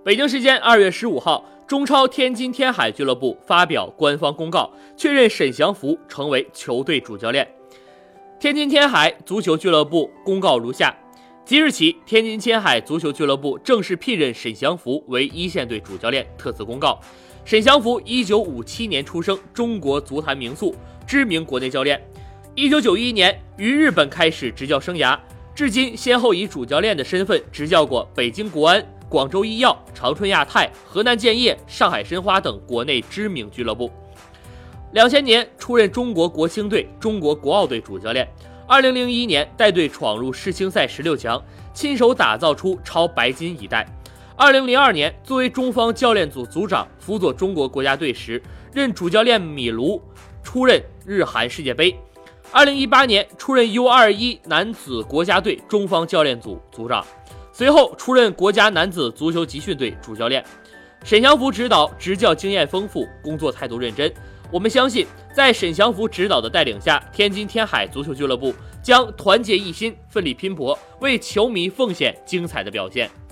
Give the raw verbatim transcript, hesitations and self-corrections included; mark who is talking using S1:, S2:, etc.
S1: 北京时间二月十五号，中超天津天海俱乐部发表官方公告，确认沈祥福成为球队主教练。天津天海足球俱乐部公告如下：即日起，天津天海足球俱乐部正式聘任沈祥福为一线队主教练。特此公告。沈祥福一九五七年出生，中国足坛名宿，知名国内教练。一九九一年于日本开始执教生涯，至今先后以主教练的身份执教过北京国安、广州医药、长春亚泰、河南建业、上海申花等国内知名俱乐部。两千年出任中国国青队、中国国奥队主教练。二零零一年带队闯入世青赛十六强，亲手打造出超白金一代。二零零二年作为中方教练组组长，辅佐中国国家队时，任主教练米卢出任日韩世界杯。二零一八年出任 U 二十一 男子国家队中方教练组组长，随后出任国家男子足球集训队主教练。沈祥福指导执教经验丰富，工作态度认真。我们相信，在沈祥福指导的带领下，天津天海足球俱乐部将团结一心，奋力拼搏，为球迷奉献精彩的表现。